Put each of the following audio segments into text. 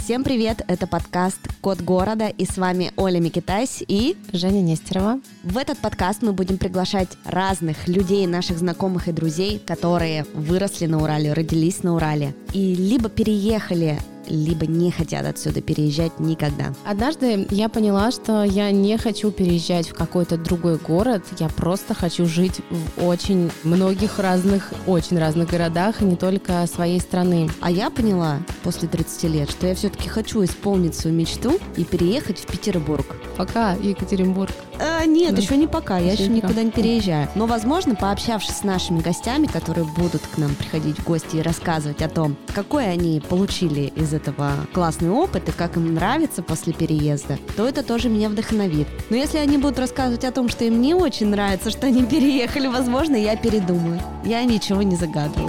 Всем привет, это подкаст «Код города», и с вами Оля Микитась и Женя Нестерова. В этот подкаст мы будем приглашать разных людей, наших знакомых и друзей, которые выросли на Урале, родились на Урале и либо переехали, либо не хотят отсюда переезжать никогда. Однажды я поняла, что я не хочу переезжать в какой-то другой город, я просто хочу жить в очень многих очень разных городах, и не только своей страны. А я поняла после 30 лет, что я все-таки хочу исполнить свою мечту и переехать в Петербург. Пока, Екатеринбург. Нет, еще не пока, я еще никак. никуда не переезжаю. Но, возможно, пообщавшись с нашими гостями, которые будут к нам приходить в гости и рассказывать о том, какой они получили из этого классный опыт и как им нравится после переезда, то это тоже меня вдохновит. Но если они будут рассказывать о том, что им не очень нравится, что они переехали, возможно, я передумаю. Я ничего не загадываю.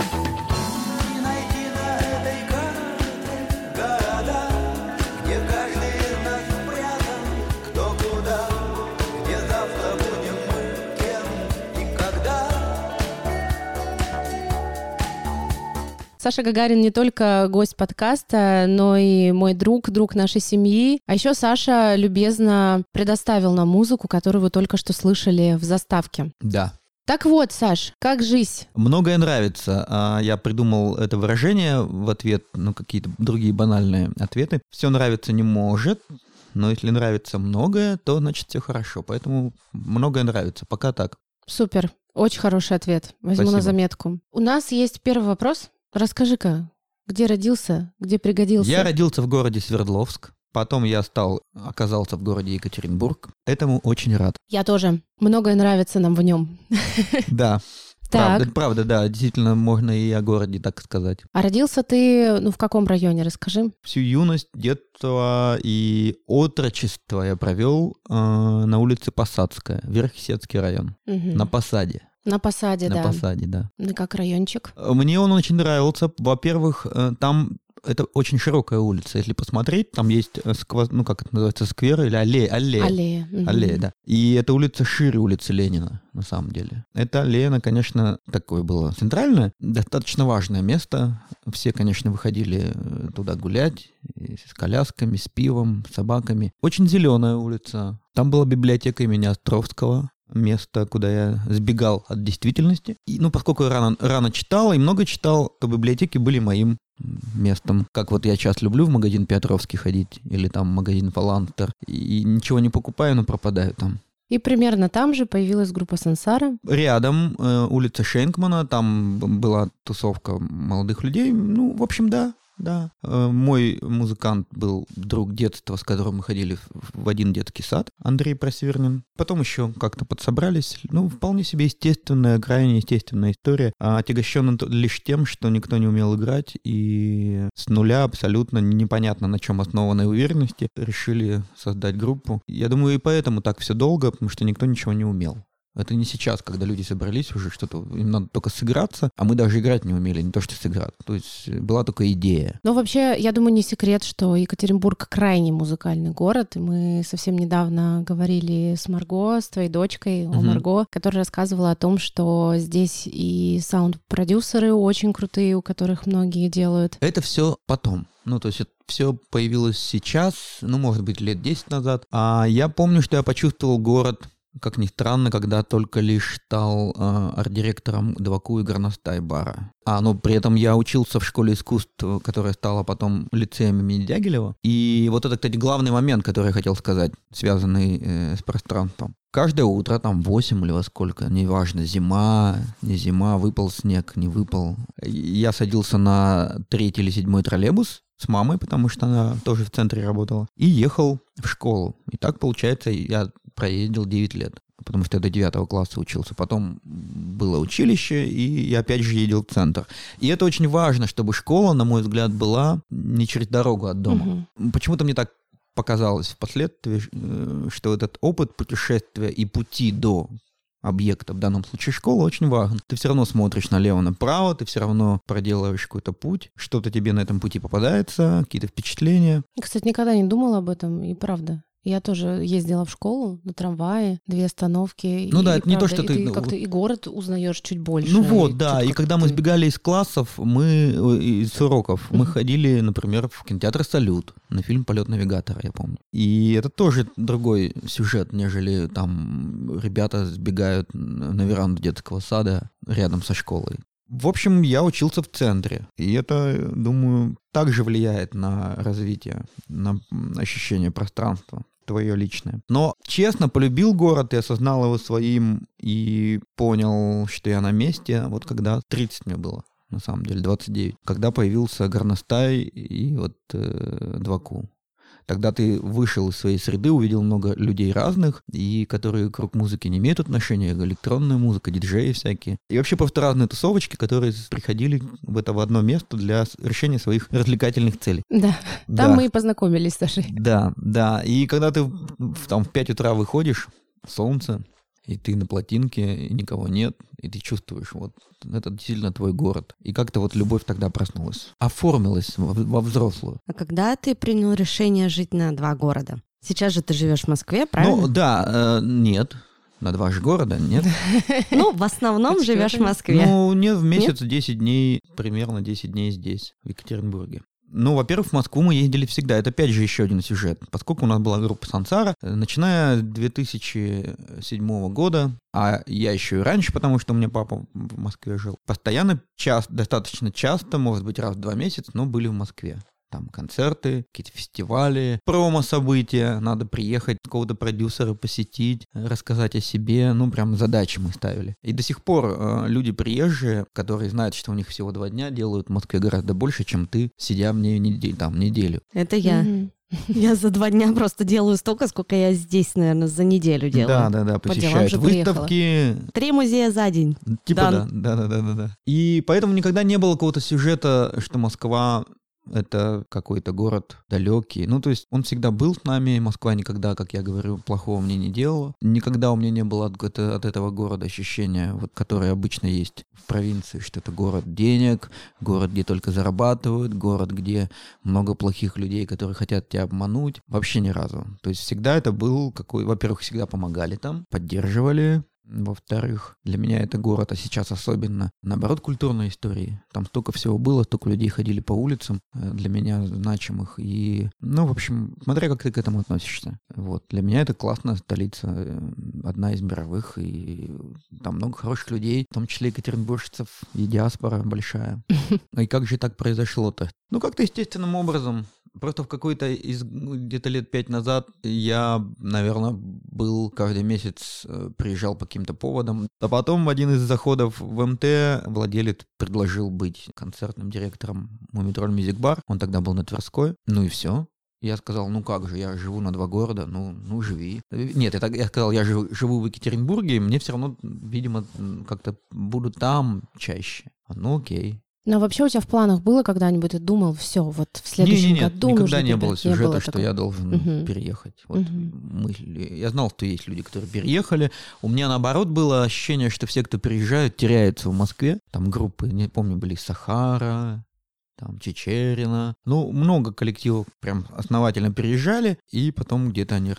Саша Гагарин не только гость подкаста, но и мой друг нашей семьи. А еще Саша любезно предоставил нам музыку, которую вы только что слышали в заставке. Да. Так вот, Саш, как жизнь? Многое нравится. Я придумал это выражение в ответ на какие-то другие банальные ответы. Все нравится не может, но если нравится многое, то значит все хорошо. Поэтому многое нравится. Пока так. Супер. Очень хороший ответ. Возьму Спасибо. на заметку. У нас есть первый вопрос. Расскажи-ка, где родился, где пригодился? Я родился в городе Свердловск. Потом я оказался в городе Екатеринбург. Этому очень рад. Я тоже. Многое нравится нам в нем. Да. Так. Правда, да. Действительно, можно и о городе так сказать. А родился ты, в каком районе, расскажи. Всю юность, детство и отрочество я провел на улице Посадская, Верхесецкий район, Мгм. на Посаде. На Посаде, На да. Посаде, да. Ну, как райончик. Мне он очень нравился. Во-первых, там это очень широкая улица. Если посмотреть, там есть, как это называется, сквер или аллея. Аллея. Мгм. Аллея, да. И эта улица шире улицы Ленина, на самом деле. Эта аллея, она, конечно, такое было центральное, достаточно важное место. Все, конечно, выходили туда гулять и с колясками, с пивом, с собаками. Очень зеленая улица. Там была библиотека имени Островского. Место, куда я сбегал от действительности. И, поскольку я рано читал и много читал, то библиотеки были моим местом. Как вот я сейчас люблю в магазин Петровский ходить, или там в магазин Фаланстер, и ничего не покупаю, но пропадаю там. И примерно там же появилась группа «Сансара». Рядом улица Шенкмана, там была тусовка молодых людей. В общем, да. Мой музыкант был друг детства, с которым мы ходили в один детский сад, Андрей Просвернин. Потом еще как-то подсобрались. Вполне себе естественная, крайне естественная история, отягощенная лишь тем, что никто не умел играть, и с нуля абсолютно непонятно, на чем основанной уверенности решили создать группу. Я думаю, и поэтому так все долго, потому что никто ничего не умел. Это не сейчас, когда люди собрались уже, что-то, им надо только сыграться, а мы даже играть не умели, не то что сыграть. То есть была только идея. Но вообще, я думаю, не секрет, что Екатеринбург крайне музыкальный город. И мы совсем недавно говорили с Марго, с твоей дочкой, о Марго, которая рассказывала о том, что здесь и саунд-продюсеры очень крутые, у которых многие делают. Это все потом. То есть это все появилось сейчас, может быть, лет 10 назад. А я помню, что я почувствовал город, как ни странно, когда только лишь стал арт-директором Дваку и горностай-бара. При этом я учился в школе искусств, которая стала потом лицеем имени Дягилева. И вот это, кстати, главный момент, который я хотел сказать, связанный с пространством. Каждое утро, там 8 или во сколько, неважно, зима, не зима, выпал снег, не выпал. Я садился на 3-й или 7-й троллейбус с мамой, потому что она тоже в центре работала, и ехал в школу. И так, получается, я проездил 9 лет, потому что я до 9 класса учился. Потом было училище, и я опять же ездил в центр. И это очень важно, чтобы школа, на мой взгляд, была не через дорогу от дома. Почему-то мне так показалось впоследствии, что этот опыт путешествия и пути до объекта, в данном случае школа, очень важен. Ты все равно смотришь налево-направо, ты все равно проделываешь какой-то путь, что-то тебе на этом пути попадается, какие-то впечатления. Кстати, никогда не думала об этом, и правда. Я тоже ездила в школу на трамвае, 2 остановки. Ну да, и это не то, правда, что ты... как-то и город узнаешь чуть больше. Ну вот, да, и когда мы сбегали из классов, из уроков, мы ходили, например, в кинотеатр «Салют» на фильм «Полет навигатора», я помню. И это тоже другой сюжет, нежели там ребята сбегают на веранду детского сада рядом со школой. В общем, я учился в центре, и это, думаю, также влияет на развитие, на ощущение пространства, твое личное. Но, честно, полюбил город и осознал его своим, и понял, что я на месте, вот когда 30 мне было, на самом деле, 29, когда появился горностай и вот Дваку. Тогда ты вышел из своей среды, увидел много людей разных, и которые к рок-музыке не имеют отношения, электронная музыка, диджеи всякие. И вообще просто разные тусовочки, которые приходили в одно место для решения своих развлекательных целей. Да, там мы и познакомились с Сашей. Да. И когда ты там в 5 утра выходишь, солнце, и ты на плотинке, и никого нет, и ты чувствуешь, вот, это действительно твой город. И как-то вот любовь тогда проснулась, оформилась во взрослую. А когда ты принял решение жить на 2 города? Сейчас же ты живешь в Москве, правильно? Ну, да, нет. На 2 же города, нет? Ну, в основном живешь в Москве. Ну, нет, в месяц 10 дней, примерно 10 дней здесь, в Екатеринбурге. Ну, во-первых, в Москву мы ездили всегда. Это, опять же, еще один сюжет. Поскольку у нас была группа «Сансара», начиная с 2007 года, а я еще и раньше, потому что у меня папа в Москве жил, постоянно, достаточно часто, может быть, раз в 2 месяца, но были в Москве. Там концерты, какие-то фестивали, промо-события, надо приехать, какого-то продюсера посетить, рассказать о себе, ну, прям задачи мы ставили. И до сих пор люди приезжие, которые знают, что у них всего 2 дня, делают в Москве гораздо больше, чем ты, сидя в ней неделю. Это я. Я за 2 дня просто делаю столько, сколько я здесь, наверное, за неделю делаю. Да, посещают выставки. 3 музея за день. Типа да. И поэтому никогда не было какого-то сюжета, что Москва это какой-то город далекий. Ну, то есть он всегда был с нами, Москва никогда, как я говорю, плохого мне не делала. Никогда у меня не было от этого города ощущения, вот, которое обычно есть в провинции, что это город денег, город, где только зарабатывают, город, где много плохих людей, которые хотят тебя обмануть. Вообще ни разу. То есть всегда это был во-первых, всегда помогали там, поддерживали. Во-вторых, для меня это город, а сейчас особенно, наоборот, культурной истории. Там столько всего было, столько людей ходили по улицам для меня значимых. И, ну, в общем, смотря как ты к этому относишься. Вот. Для меня это классная столица, одна из мировых, и там много хороших людей, в том числе екатеринбуржцев, и диаспора большая. И как же так произошло-то? Ну, как-то естественным образом. Просто в какой-то где-то лет 5 назад я, наверное, был каждый месяц, приезжал по каким-то поводам. А потом в один из заходов в МТ владелец предложил быть концертным директором Мумитроль Мьюзик Бар. Он тогда был на Тверской. Ну и все. Я сказал, ну как же, я живу на 2 города, ну живи. Нет, я сказал, я живу в Екатеринбурге, мне все равно, видимо, как-то буду там чаще. Ну окей. Но вообще у тебя в планах было когда-нибудь, ты думал, все, вот в следующем году никогда не было сюжета, не было что я должен переехать. Вот мысль. Я знал, что есть люди, которые переехали. У меня, наоборот, было ощущение, что все, кто переезжают, теряются в Москве. Там группы, не помню, были Сахара, там Чечерина. Ну, много коллективов прям основательно переезжали, и потом где-то они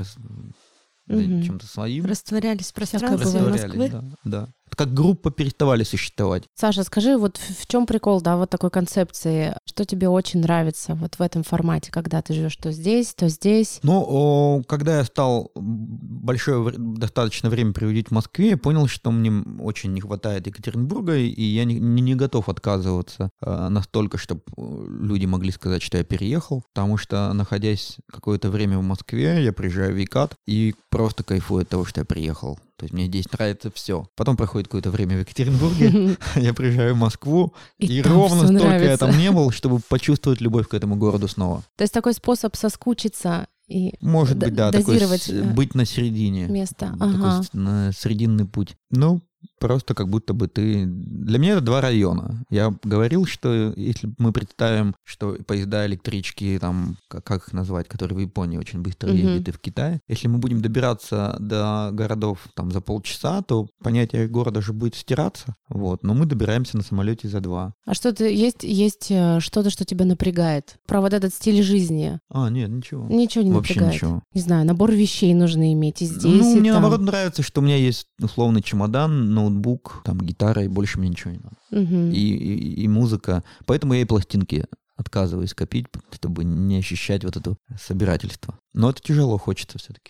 чем-то своим. Растворялись в пространстве Москвы. Да. Как группа переставали существовать. Саша, скажи, вот в чем прикол, да, вот такой концепции? Что тебе очень нравится вот в этом формате, когда ты живешь то здесь, то здесь? Ну, когда я стал большое достаточно время проводить в Москве, я понял, что мне очень не хватает Екатеринбурга, и я не готов отказываться настолько, чтобы люди могли сказать, что я переехал, потому что, находясь какое-то время в Москве, я приезжаю в Екат и просто кайфую от того, что я приехал. То есть мне здесь нравится все. Потом проходит какое-то время в Екатеринбурге, я приезжаю в Москву, и ровно столько я там не был, чтобы почувствовать любовь к этому городу снова. То есть такой способ соскучиться и может быть, да, дозировать такой быть на середине. Место. Такой срединный путь. Ну, просто как будто бы ты... Для меня это два района. Я говорил, что если мы представим, что поезда, электрички, там, как их назвать, которые в Японии очень быстро ездят и в Китае, если мы будем добираться до городов там за полчаса, то понятие города же будет стираться, вот, но мы добираемся на самолете за 2. А что-то есть что-то, что тебя напрягает? Про вот этот стиль жизни? Нет, ничего. Ничего не Вообще напрягает? Ничего. Не знаю, набор вещей нужно иметь и здесь, Ну, и мне там. наоборот нравится, что у меня есть условный чемодан, ноутбук, там гитара, и больше мне ничего не надо. И музыка. Поэтому я и пластинки отказываюсь копить, чтобы не ощущать вот это собирательство. Но это тяжело, хочется все-таки.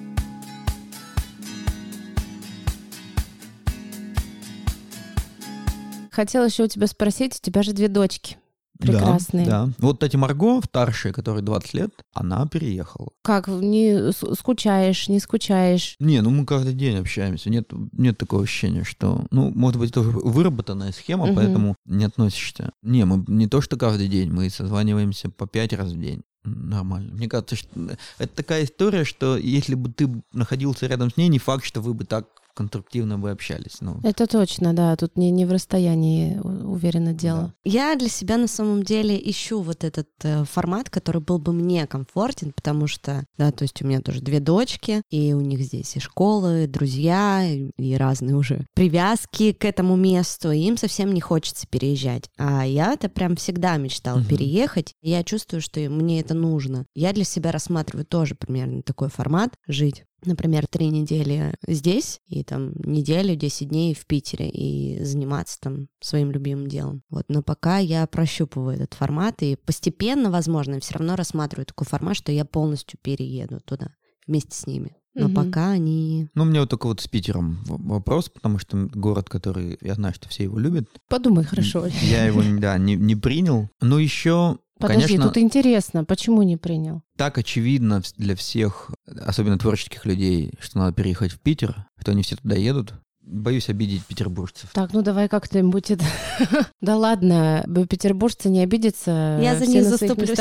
Хотела еще у тебя спросить, у тебя же 2 дочки прекрасные. Да. Вот, кстати, Марго, старшая, которой 20 лет, она переехала. Как, не скучаешь, не скучаешь? Не, ну мы каждый день общаемся. Нет такого ощущения, что... Ну, может быть, это уже выработанная схема, поэтому не относишься. Не, мы не то, что каждый день, мы созваниваемся по 5 раз в день. Нормально. Мне кажется, что это такая история, что если бы ты находился рядом с ней, не факт, что вы бы так конструктивно бы общались. Ну. Это точно, да. Тут не в расстоянии, уверенно, дело. Да. Я для себя на самом деле ищу вот этот формат, который был бы мне комфортен, потому что, да, то есть у меня тоже 2 дочки, и у них здесь и школы, и друзья, и разные уже привязки к этому месту, и им совсем не хочется переезжать. А я-то прям всегда мечтала переехать, и я чувствую, что мне это нужно. Я для себя рассматриваю тоже примерно такой формат жить. Например, 3 недели здесь, и там неделю, 10 дней в Питере, и заниматься там своим любимым делом. Вот. Но пока я прощупываю этот формат, и постепенно, возможно, все равно рассматриваю такой формат, что я полностью перееду туда вместе с ними. Но пока они... Ну, у меня вот только вот с Питером вопрос, потому что город, который, я знаю, что все его любят. Подумай хорошо. Я его, да, не принял. Но еще... Подожди, конечно, тут интересно, почему не принял? Так очевидно для всех, особенно творческих людей, что надо переехать в Питер, что они все туда едут. Боюсь обидеть петербуржцев. Так, ну давай как-нибудь это... Да ладно, петербуржцы не обидятся. Я за них заступлюсь.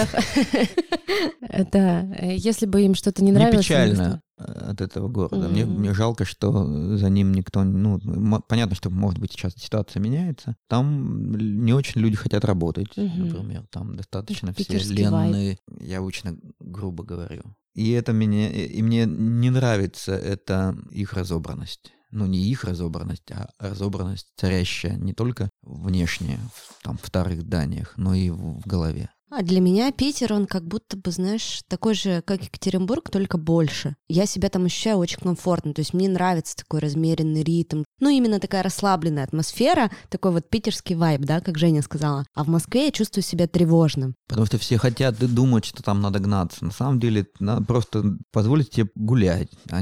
Да, если бы им что-то не нравилось... Мне печально от этого города. Мне жалко, что за ним никто... Ну, понятно, что, может быть, сейчас ситуация меняется. Там не очень люди хотят работать, например. Там достаточно все ленные. Я очень грубо говорю. И мне не нравится эта их разобранность. Ну, не их разобранность, а разобранность, царящая не только внешне, там, в старых зданиях, но и в голове. А для меня Питер, он как будто бы, знаешь, такой же, как Екатеринбург, только больше. Я себя там ощущаю очень комфортно, то есть мне нравится такой размеренный ритм. Ну, именно такая расслабленная атмосфера, такой вот питерский вайб, да, как Женя сказала. А в Москве я чувствую себя тревожным. Потому что все хотят думать, что там надо гнаться. На самом деле, надо просто позволить тебе гулять, а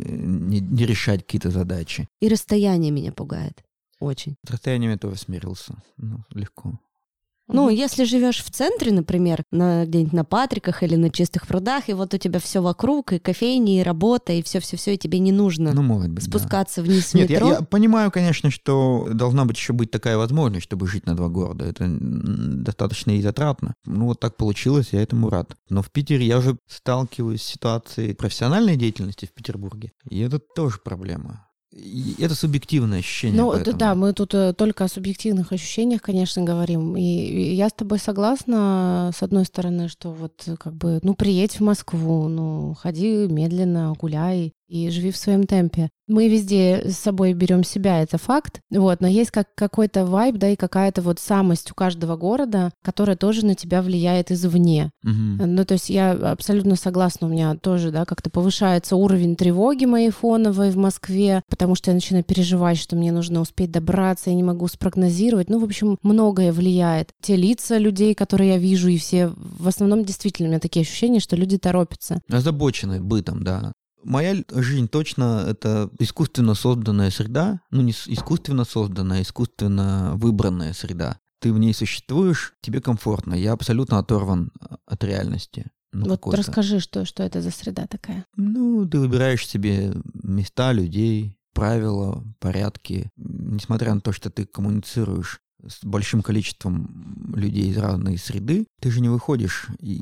не решать какие-то задачи. И расстояние меня пугает. Очень. С расстоянием я тоже смирился. Ну, легко. Ну, если живешь в центре, например, где-нибудь на Патриках или на Чистых прудах, и вот у тебя все вокруг, и кофейни, и работа, и все-все, и тебе не нужно может быть, спускаться вниз в Нет, метро. я понимаю, конечно, что должна быть еще быть такая возможность, чтобы жить на 2 города. Это достаточно и затратно. Ну, вот так получилось, я этому рад. Но в Питере я уже сталкиваюсь с ситуацией профессиональной деятельности в Петербурге, и это тоже проблема. И это субъективное ощущение. Ну, поэтому. да, мы тут только о субъективных ощущениях, конечно, говорим. И я с тобой согласна, с одной стороны, что вот как бы, ну, приедь в Москву, ходи медленно, гуляй и живи в своем темпе. Мы везде с собой берем себя, это факт, вот, но есть какой-то вайб, да, и какая-то вот самость у каждого города, которая тоже на тебя влияет извне. Ну, то есть я абсолютно согласна, у меня тоже, да, как-то повышается уровень тревоги моей фоновой в Москве, потому что я начинаю переживать, что мне нужно успеть добраться, я не могу спрогнозировать. Ну, в общем, многое влияет. Те лица людей, которые я вижу, и все, в основном, действительно, у меня такие ощущения, что люди торопятся. Озабочены бытом, да. Моя жизнь точно это искусственно созданная среда, ну не искусственно созданная, а искусственно выбранная среда. Ты в ней существуешь, тебе комфортно, я абсолютно оторван от реальности. Вот расскажи, что это за среда такая? Ну, ты выбираешь себе места, людей, правила, порядки. Несмотря на то, что ты коммуницируешь с большим количеством людей из разной среды, ты же не выходишь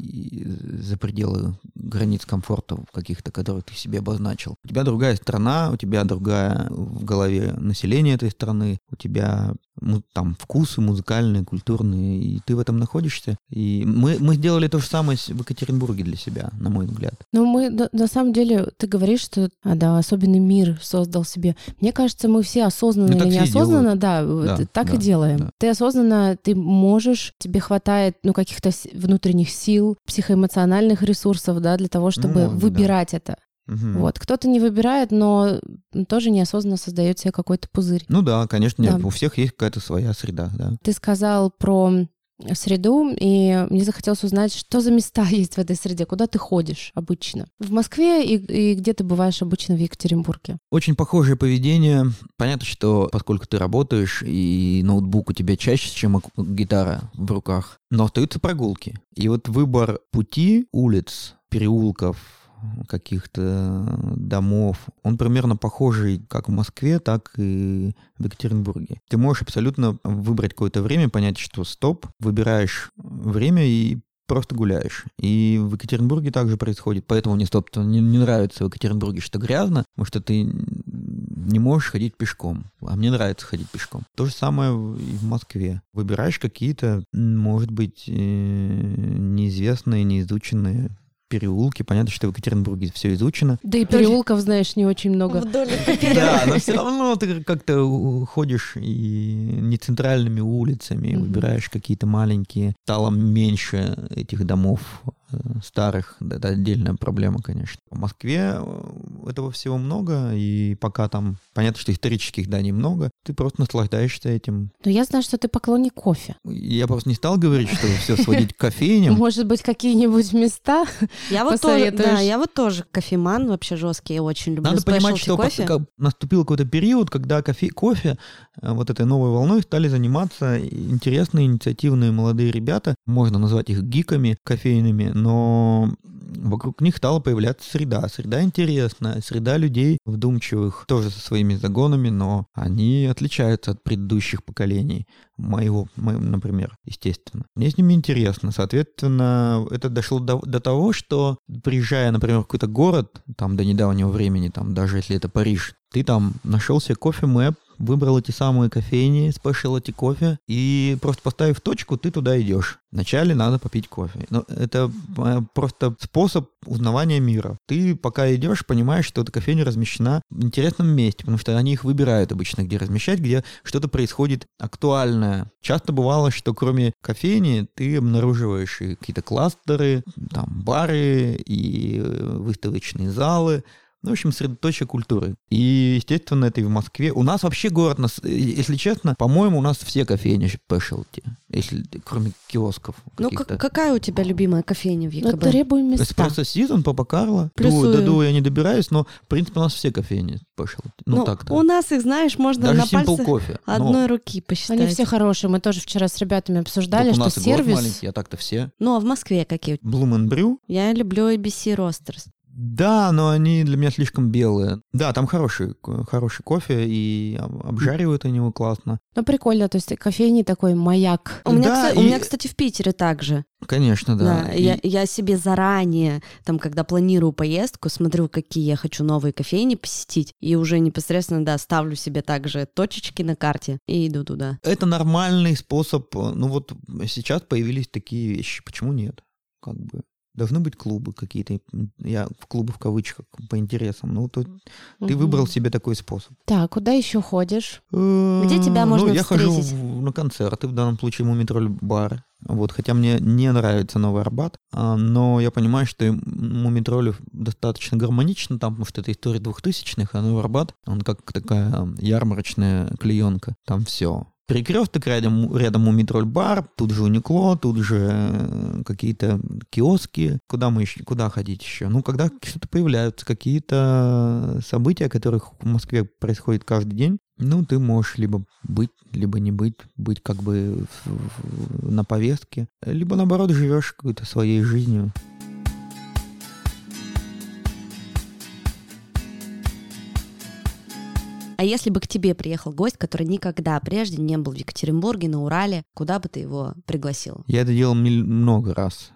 за пределы границ комфорта каких-то, которые ты себе обозначил. У тебя другая страна, у тебя другая в голове население этой страны, у тебя там вкусы музыкальные, культурные, и ты в этом находишься. И мы сделали то же самое в Екатеринбурге для себя, на мой взгляд. На самом деле, ты говоришь, что особенный мир создал себе. Мне кажется, мы все осознанно или неосознанно, так и делаем. Да. Ты осознанно, ты можешь, тебе хватает каких-то внутренних сил, психоэмоциональных ресурсов, для того, чтобы выбирать это. Угу. Вот. Кто-то не выбирает, но тоже неосознанно создает себе какой-то пузырь. Ну да, конечно, нет, у всех есть какая-то своя среда. Да. Ты сказал про среду, и мне захотелось узнать, что за места есть в этой среде, куда ты ходишь обычно. В Москве и где ты бываешь обычно в Екатеринбурге? Очень похожее поведение. Понятно, что поскольку ты работаешь, и ноутбук у тебя чаще, чем гитара в руках, но остаются прогулки. И вот выбор пути, улиц, переулков, каких-то домов, он примерно похожий как в Москве, так и в Екатеринбурге. Ты можешь абсолютно выбрать какое-то время, понять, что стоп, выбираешь время и просто гуляешь. И в Екатеринбурге также происходит. Поэтому мне, собственно, не нравится в Екатеринбурге, что грязно, потому что ты не можешь ходить пешком. А мне нравится ходить пешком. То же самое и в Москве. Выбираешь какие-то, может быть, неизвестные, неизученные переулки. Понятно, что в Екатеринбурге все изучено. Да и переулков, знаешь, не очень много. Да, но все равно ты как-то ходишь и не центральными улицами, выбираешь какие-то маленькие. Стало меньше этих домов старых. Это отдельная проблема, конечно. В Москве этого всего много, и пока там, понятно, что исторических зданий много, ты просто наслаждаешься этим. Но я знаю, что ты поклонник кофе. Я просто не стал говорить, что все сводить к кофейням. Может быть, какие-нибудь места посоветуешь? Я вот тоже кофеман, вообще жесткий, я очень люблю. Надо понимать, что наступил какой-то период, когда кофе вот этой новой волной стали заниматься интересные, инициативные молодые ребята, можно назвать их гиками кофейными, но вокруг них стала появляться среда. Среда интересная, среда людей вдумчивых, тоже со своими загонами, но они отличаются от предыдущих поколений. Моего, например, естественно. Мне с ними интересно. Соответственно, это дошло до того, что, приезжая, например, в какой-то город, там до недавнего времени, там даже если это Париж, ты там нашел себе кофе-мэп, выбрал эти самые кофейни, спешлти кофе, и просто поставив точку, ты туда идешь. Вначале надо попить кофе. Но это просто способ узнавания мира. Ты пока идешь, понимаешь, что эта кофейня размещена в интересном месте, потому что они их выбирают обычно, где размещать, где что-то происходит актуальное. Часто бывало, что кроме кофейни ты обнаруживаешь и какие-то кластеры, там бары и выставочные залы. Ну, в общем, средоточие культуры. И, естественно, это и в Москве. У нас вообще город, если честно, по-моему, у нас все кофейни спешлти, кроме киосков. Ну, какая у тебя любимая кофейня в ЕКБ? Требуем места. Эспрессо Сизон, Папа Карло. До я не добираюсь, но, в принципе, у нас все кофейни спешлти. Ну, так-то. У нас их, знаешь, можно даже на пальцах кофе, одной руки посчитать. Они все хорошие. Мы тоже вчера с ребятами обсуждали, что сервис... У нас и город маленький, а так-то все. Ну, а в Москве какие? Blue Man Brew. Я люблю ABC Roasters. Да, но они для меня слишком белые. Да, там хороший кофе, и обжаривают они его классно. Ну, прикольно, то есть кофейни такой маяк. У меня, кстати, в Питере также. Конечно, да. Я себе заранее, когда планирую поездку, смотрю, какие я хочу новые кофейни посетить, и уже непосредственно, ставлю себе также точечки на карте и иду туда. Это нормальный способ. Ну вот сейчас появились такие вещи. Почему нет? Должны быть клубы какие-то, я в клубы в кавычках, по интересам. Ну, то ты выбрал себе такой способ. Так, куда еще ходишь? Где тебя можно я встретить? Я хожу на концерты, в данном случае Мумитроль бар. Вот, хотя мне не нравится Новый Арбат, но я понимаю, что Мумитроль достаточно гармонично там, потому что это история 2000-х, а Новый Арбат, он как такая ярмарочная клеенка, там все. Перекресток рядом Мумитроль-бар, тут же Уникло, тут же какие-то киоски. Куда ходить еще? Ну, когда что-то появляются, какие-то события, которых в Москве происходит каждый день, ну, ты можешь либо быть, либо не быть как бы на повестке, либо, наоборот, живешь какой-то своей жизнью. А если бы к тебе приехал гость, который никогда прежде не был в Екатеринбурге, на Урале, куда бы ты его пригласил? Я это делал много раз.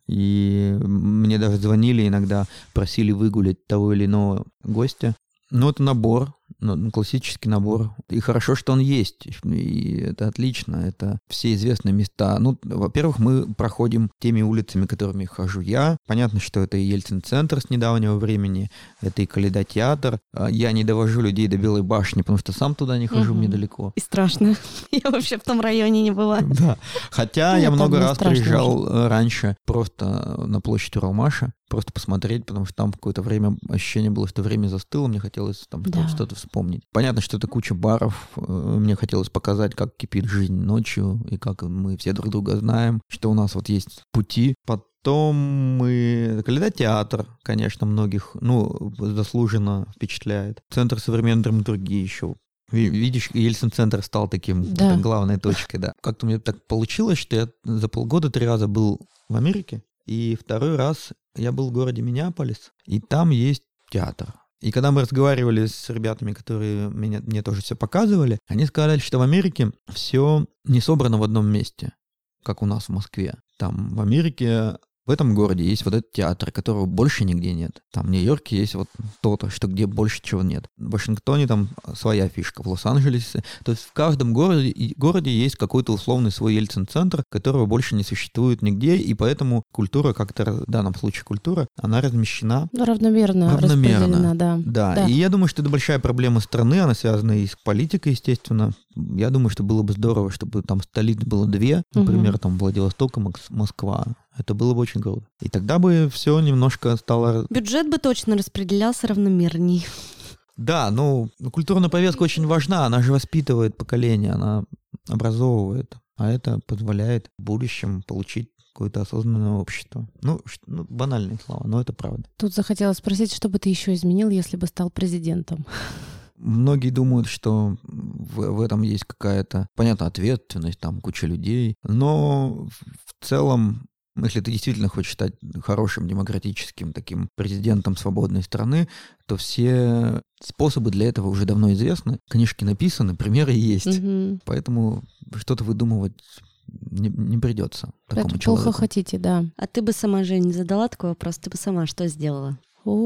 И мне даже звонили иногда, просили выгулять того или иного гостя. Ну, это набор, классический набор. И хорошо, что он есть. И это отлично. Это все известные места. Ну, во-первых, мы проходим теми улицами, которыми хожу я. Понятно, что это и Ельцин-центр с недавнего времени, это и Калейдотеатр. Я не довожу людей до Белой башни, потому что сам туда не хожу, мне далеко. И страшно. Я вообще в том районе не была. Да. Хотя я много раз приезжал раньше просто на площадь Уралмаша, просто посмотреть, потому что там какое-то время ощущение было, что время застыло, мне хотелось там что-то вспомнить. Понятно, что это куча баров, мне хотелось показать, как кипит жизнь ночью, и как мы все друг друга знаем, что у нас вот есть пути. Потом мы... Калейдотеатр, конечно, многих, заслуженно впечатляет. Центр современной драматургии еще. Видишь, Ельцин-центр стал таким главной точкой, да. Как-то мне так получилось, что я за полгода 3 раза был в Америке, и 2-й раз я был в городе Миннеаполис, и там есть театр. И когда мы разговаривали с ребятами, которые мне тоже все показывали, они сказали, что в Америке все не собрано в одном месте, как у нас в Москве. Там в Америке, в этом городе есть вот этот театр, которого больше нигде нет. Там в Нью-Йорке есть вот то-то, что где больше чего нет. В Вашингтоне там своя фишка, в Лос-Анджелесе. То есть в каждом городе есть какой-то условный свой Ельцин-центр, которого больше не существует нигде, и поэтому культура как-то, в данном случае культура, она размещена... Равномерно распределена, да. Да, и я думаю, что это большая проблема страны, она связана и с политикой, естественно. Я думаю, что было бы здорово, чтобы там столиц было 2, например, там Владивосток и Москва. Это было бы очень круто. И тогда бы все немножко стало... Бюджет бы точно распределялся равномерней. Да, культурная повестка очень важна, она же воспитывает поколение, она образовывает, а это позволяет в будущем получить какое-то осознанное общество. Банальные слова, но это правда. Тут захотелось спросить, что бы ты еще изменил, если бы стал президентом? Многие думают, что в этом есть какая-то, понятно, ответственность, там куча людей, но в целом, если ты действительно хочешь стать хорошим демократическим таким президентом свободной страны, то все способы для этого уже давно известны, книжки написаны, примеры есть, поэтому что-то выдумывать не придется такому это человеку. Плохо хотите, да. А ты бы сама, Жень, не задала такой вопрос, ты бы сама что сделала?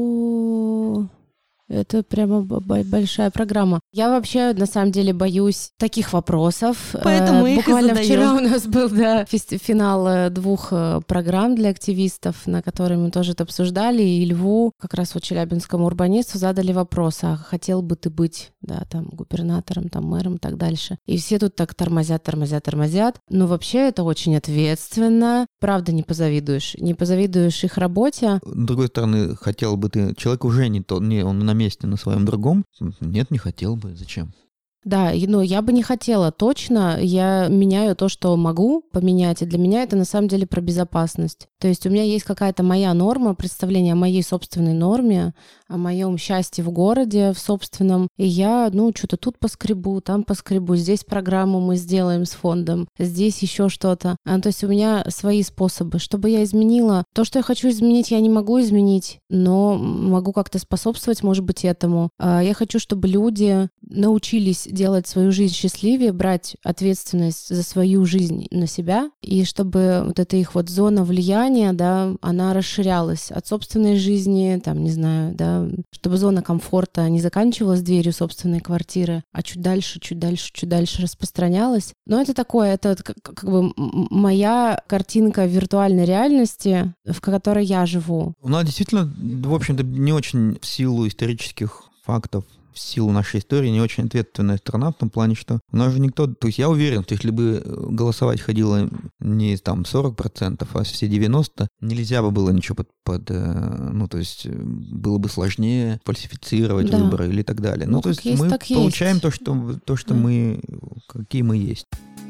Это прямо большая программа. Я вообще, на самом деле, боюсь таких вопросов. Поэтому их буквально и задаём. вчера у нас был финал 2 программ для активистов, на которые мы тоже это обсуждали. И Льву, как раз вот челябинскому урбанисту, задали вопрос, а хотел бы ты быть, там, губернатором, там, мэром и так дальше. И все тут так тормозят. Но вообще это очень ответственно. Правда, не позавидуешь. Не позавидуешь их работе. С другой стороны, хотел бы ты... Человек уже он на месте на своем другом. Нет, не хотел бы. Зачем? Да, но я бы не хотела точно. Я меняю то, что могу поменять. И для меня это на самом деле про безопасность. То есть у меня есть какая-то моя норма, представление о моей собственной норме, о моем счастье в городе, в собственном. И я, что-то тут поскребу, там поскребу. Здесь программу мы сделаем с фондом. Здесь еще что-то. То есть у меня свои способы. Чтобы я изменила. То, что я хочу изменить, я не могу изменить, но могу как-то способствовать, может быть, этому. Я хочу, чтобы люди научились делать свою жизнь счастливее, брать ответственность за свою жизнь на себя, и чтобы вот эта их вот зона влияния, она расширялась от собственной жизни, чтобы зона комфорта не заканчивалась дверью собственной квартиры, а чуть дальше распространялась. Но это такое, это как бы моя картинка виртуальной реальности, в которой я живу. У нас действительно, в общем-то, не очень в силу исторических фактов, в силу нашей истории не очень ответственная страна в том плане, что у нас же никто... То есть я уверен, что если бы голосовать ходило не 40%, а все 90%, нельзя бы было ничего то есть было бы сложнее фальсифицировать выборы или так далее. То есть мы получаем то, что мы... Какие мы есть.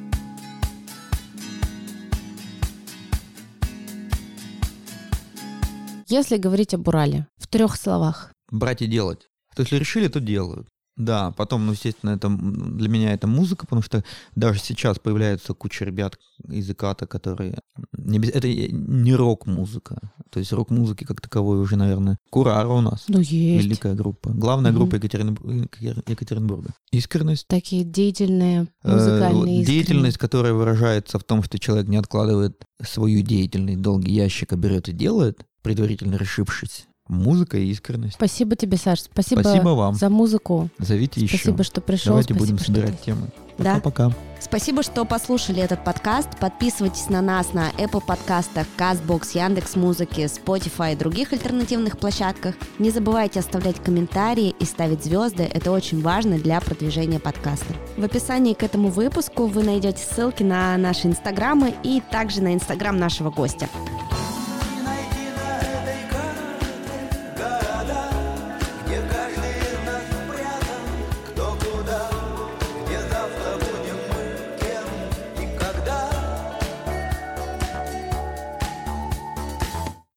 Если говорить об Урале в 3 словах. Брать и делать. То если решили, то делают. Да, потом, естественно, для меня это музыка, потому что даже сейчас появляется куча ребят из ИКАТа, которые Это не рок-музыка. То есть рок-музыки как таковой уже, наверное, Курара у нас. Ну, есть. Великая группа. Главная группа Екатеринбурга. Искренность. Такие деятельные музыкальные Деятельность, которая выражается в том, что человек не откладывает свою деятельность, долгий ящик, а берет и делает, предварительно решившись. Музыка и искренность. Спасибо тебе, Саш. Спасибо вам за музыку. Зовите еще. Спасибо, что пришел. Давайте будем собирать темы. Пока-пока. Спасибо, что послушали этот подкаст. Подписывайтесь на нас на Apple подкастах, CastBox, Яндекс.Музыке, Spotify и других альтернативных площадках. Не забывайте оставлять комментарии и ставить звезды. Это очень важно для продвижения подкаста. В описании к этому выпуску вы найдете ссылки на наши инстаграмы и также на инстаграм нашего гостя.